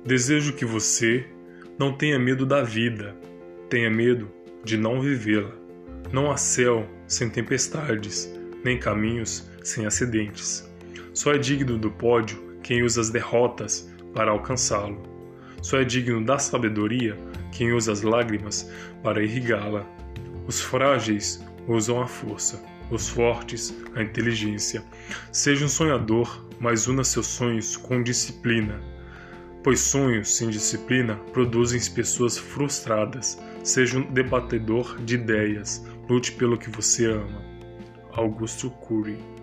Desejo que você não tenha medo da vida, tenha medo de não vivê-la. Não há céu sem tempestades, nem caminhos sem acidentes. Só é digno do pódio quem usa as derrotas para alcançá-lo. Só é digno da sabedoria quem usa as lágrimas para irrigá-la. Os frágeis usam a força, os fortes a inteligência. Seja um sonhador, mas una seus sonhos com disciplina. Pois sonhos sem disciplina produzem pessoas frustradas. Seja um debatedor de ideias. Lute pelo que você ama. Augusto Cury.